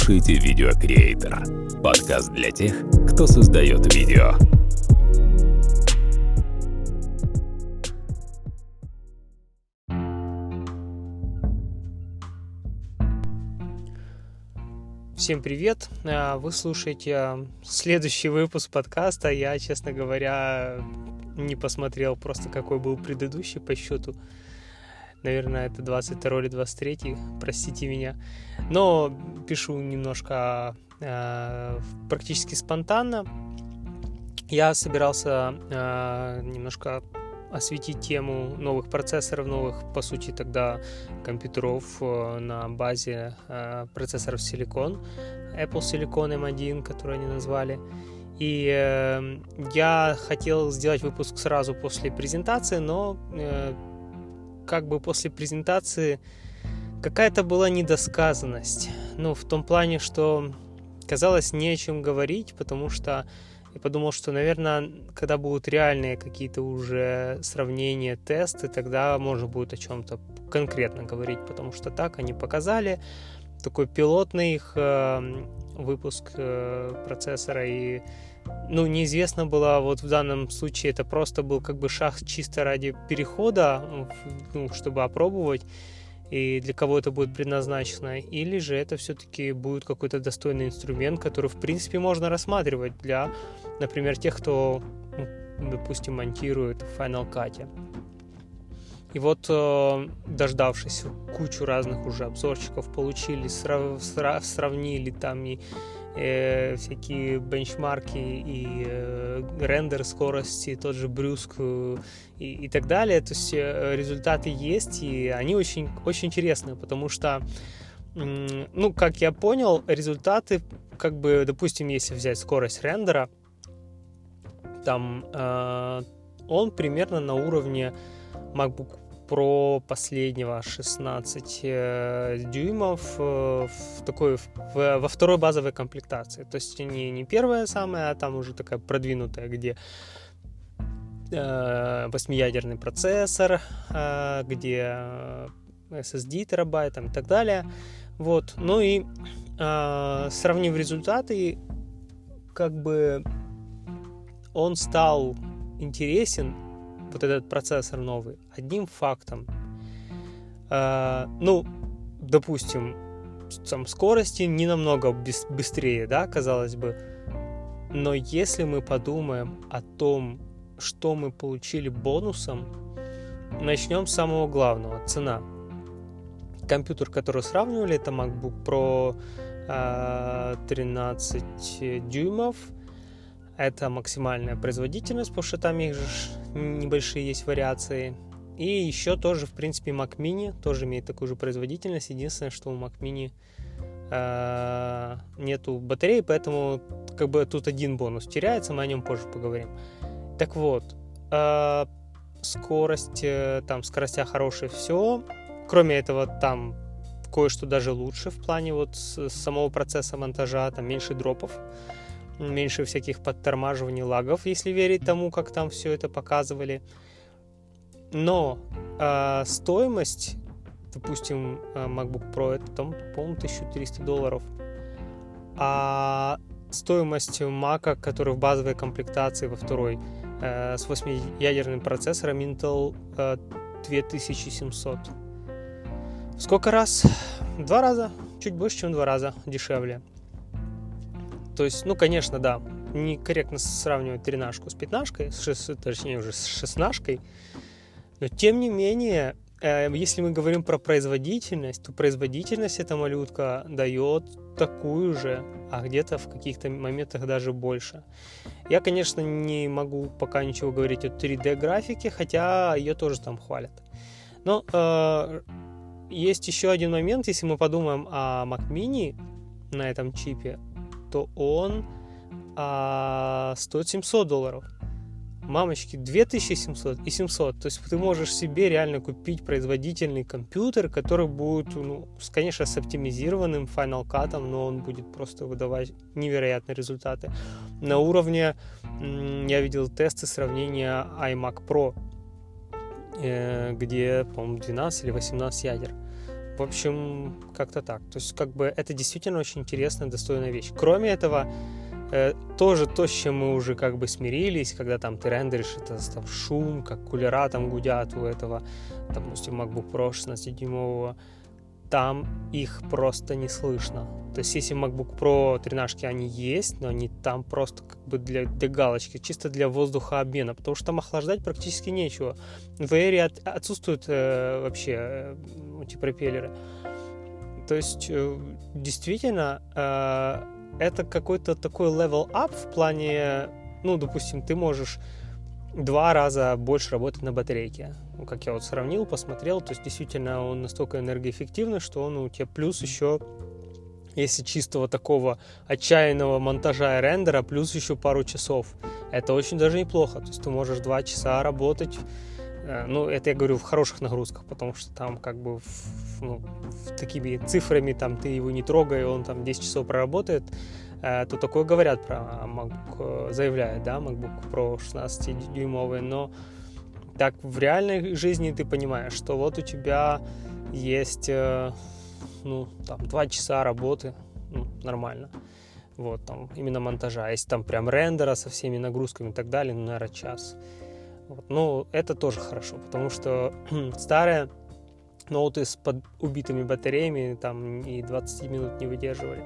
слушаете «Видео Креатора» — подкаст для тех, кто создает видео. Всем привет! Вы слушаете следующий выпуск подкаста. Я, честно говоря, не посмотрел просто, какой был предыдущий по счету. Наверное, это 22 или 23, простите меня. Но пишу немножко практически спонтанно. Я собирался немножко осветить тему новых процессоров, новых, по сути, тогда компьютеров на базе процессоров Silicon, Apple Silicon M1, который они назвали. И я хотел сделать выпуск сразу после презентации, но как бы после презентации какая-то была недосказанность. Ну, в том плане, что казалось не о чем говорить, потому что я подумал, что, наверное, когда будут реальные какие-то уже сравнения, тесты, тогда можно будет о чем-то конкретно говорить, потому что так они показали такой пилотный их выпуск процессора, и неизвестно было, вот в данном случае это просто был как бы шаг чисто ради перехода, чтобы опробовать, и для кого это будет предназначено, или же это все-таки будет какой-то достойный инструмент, который, в принципе, можно рассматривать для, например, тех, кто, допустим, монтирует в Final Cut. И вот, дождавшись кучу разных уже обзорчиков, получили, сравнили там и всякие бенчмарки, и рендер скорости, тот же Брюск и так далее. То есть результаты есть, и они очень, очень интересные, потому что, как я понял, результаты, как бы, допустим, если взять скорость рендера, там он примерно на уровне MacBook Pro последнего 16 дюймов во второй базовой комплектации. То есть не первая самая, а там уже такая продвинутая, где 8-ядерный процессор, где SSD терабайт и так далее. Вот. Ну и сравнив результаты, как бы он стал интересен, вот этот процессор новый, одним фактом. Допустим, там скорости не намного быстрее, да, казалось бы. Но если мы подумаем о том, что мы получили бонусом, начнем с самого главного – цена. Компьютер, который сравнивали, это MacBook Pro 13 дюймов. Это максимальная производительность, потому что там их же небольшие есть вариации. И еще тоже, в принципе, Mac Mini тоже имеет такую же производительность. Единственное, что у Mac Mini нету батареи, поэтому как бы тут один бонус теряется, мы о нем позже поговорим. Так вот, скорость, там скоростя хорошие, все. Кроме этого, там кое-что даже лучше в плане вот самого процесса монтажа, там меньше дропов, меньше всяких подтормаживаний, лагов, если верить тому, как там все это показывали. Но стоимость, допустим, MacBook Pro, это там, по-моему, $1300. А стоимость Mac, который в базовой комплектации во второй с 8-ядерным процессором Intel, 2700. Сколько раз? 2 раза, чуть больше, чем 2 раза дешевле. То есть, конечно, да, некорректно сравнивать 13-шку с 15-шкой, точнее уже с 16-шкой, но тем не менее, если мы говорим про производительность, то производительность эта малютка дает такую же, а где-то в каких-то моментах даже больше. Я, конечно, не могу пока ничего говорить о 3D-графике, хотя ее тоже там хвалят. Но есть еще один момент, если мы подумаем о Mac Mini на этом чипе, то он стоит $700. Мамочки, 2700 и 700. То есть ты можешь себе реально купить производительный компьютер, который будет, конечно, с оптимизированным Final Cut, но он будет просто выдавать невероятные результаты. На уровне, я видел тесты сравнения iMac Pro, где, по-моему, 12 или 18 ядер. В общем, как-то так. То есть, как бы это действительно очень интересная, достойная вещь. Кроме этого, тоже то, с чем мы уже как бы смирились, когда там ты рендеришь, это там шум, как кулера там гудят у этого, допустим, MacBook Pro 16-дюймового, там их просто не слышно. То есть, если MacBook Pro 13 они есть, но они там просто как бы для галочки, чисто для воздухообмена, потому что там охлаждать практически нечего. В Air отсутствуют вообще эти пропеллеры. То есть, действительно, это какой-то такой level up в плане, ну, допустим, ты можешь 2 раза больше работать на батарейке. Ну, как я вот сравнил, посмотрел, то есть действительно он настолько энергоэффективный, что он у тебя плюс еще, если чистого такого отчаянного монтажа и рендера, плюс еще пару часов. Это очень даже неплохо. То есть ты можешь 2 часа работать. Ну, это я говорю в хороших нагрузках, потому что там как бы такими цифрами там ты его не трогай, он там 10 часов проработает. То такое говорят про MacBook, заявляют, да, MacBook Pro 16-дюймовый, но так в реальной жизни ты понимаешь, что вот у тебя есть, ну, там 2 часа работы, ну, нормально, вот, там, именно монтажа, а если там прям рендера со всеми нагрузками и так далее, ну, наверное, час. Вот. Ну, это тоже хорошо, потому что старые ноуты с убитыми батареями там и 20 минут не выдерживали.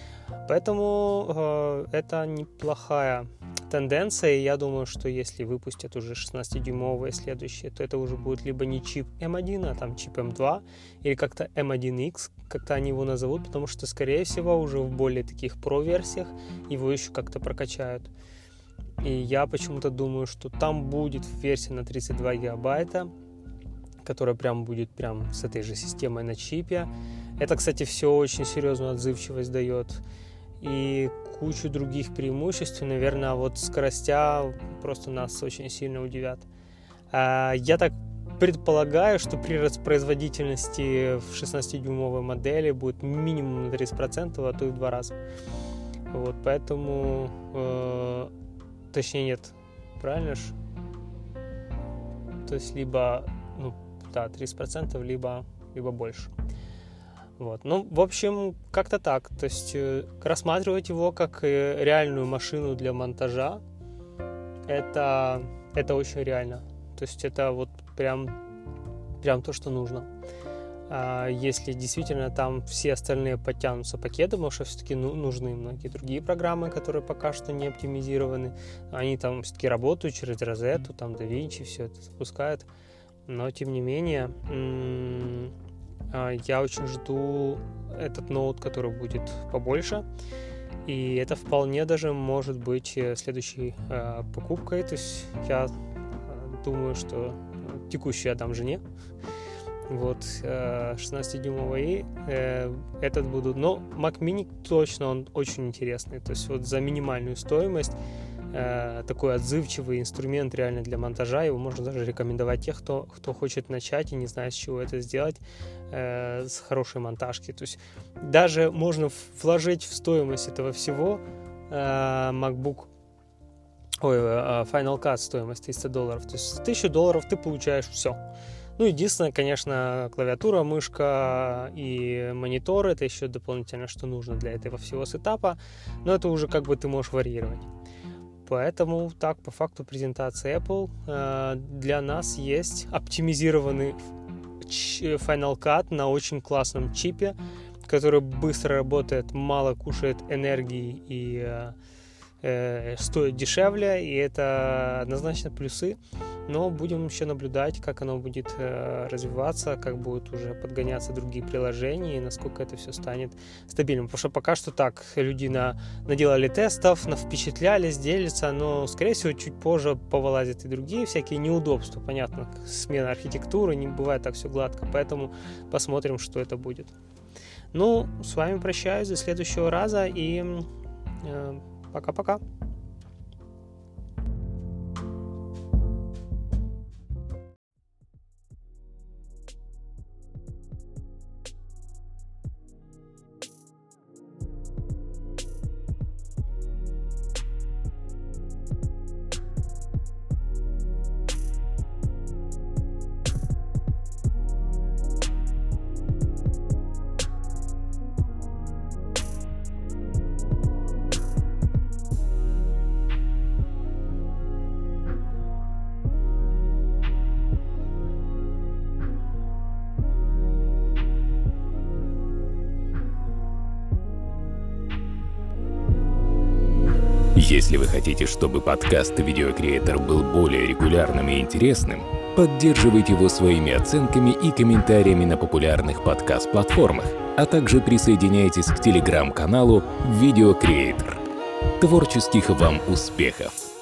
Поэтому это неплохая тенденция, и я думаю, что если выпустят уже 16-дюймовые следующие, то это уже будет либо не чип M1, а там чип M2, или как-то M1X, как-то они его назовут, потому что, скорее всего, уже в более таких Pro-версиях его еще как-то прокачают. И я почему-то думаю, что там будет версия на 32 гигабайта, которая прям будет прям с этой же системой на чипе. Это, кстати, все очень серьезную отзывчивость дает. И кучу других преимуществ. И, наверное, вот скоростя просто нас очень сильно удивят. Я так предполагаю, что прирост производительности в 16-дюймовой модели будет минимум на 30%, а то и в 2 раза. Вот, поэтому... Точнее, нет. Правильно же? То есть, либо... Ну, да, 30%, либо больше. Вот. Ну, в общем, как-то так. То есть рассматривать его как реальную машину для монтажа, это очень реально. То есть это вот прям то, что нужно. А если действительно там все остальные подтянутся пакеты, потому что все-таки нужны многие другие программы, которые пока что не оптимизированы. Они там все-таки работают через Rosetta, там DaVinci, все это запускают. Но, тем не менее... Я очень жду этот ноут, который будет побольше. И это вполне даже может быть следующей покупкой. То есть я думаю, что текущую я дам жене. Вот 16-дюймовый этот буду. Но Mac Mini точно он очень интересный. То есть вот за минимальную стоимость такой отзывчивый инструмент реально для монтажа. Его можно даже рекомендовать тех, кто хочет начать и не знает, с чего это сделать, с хорошей монтажки. То есть даже можно вложить в стоимость этого всего Final Cut стоимость $300. То есть $1000 ты получаешь все. Ну, единственное, конечно, клавиатура, мышка и монитор. Это еще дополнительно, что нужно для этого всего сетапа. Но это уже как бы ты можешь варьировать. Поэтому так, по факту презентации Apple для нас есть оптимизированный Final Cut на очень классном чипе, который быстро работает, мало кушает энергии и стоит дешевле, и это однозначно плюсы. Но будем еще наблюдать, как оно будет развиваться, как будут уже подгоняться другие приложения и насколько это все станет стабильным. Потому что пока что так, люди наделали тестов, впечатлялись, делятся, но, скорее всего, чуть позже повылазят и другие всякие неудобства. Понятно, смена архитектуры, не бывает так все гладко, поэтому посмотрим, что это будет. Ну, с вами прощаюсь до следующего раза и пока-пока. Если вы хотите, чтобы подкаст Video Creator был более регулярным и интересным, поддерживайте его своими оценками и комментариями на популярных подкаст-платформах, а также присоединяйтесь к телеграм-каналу Video Creator. Творческих вам успехов!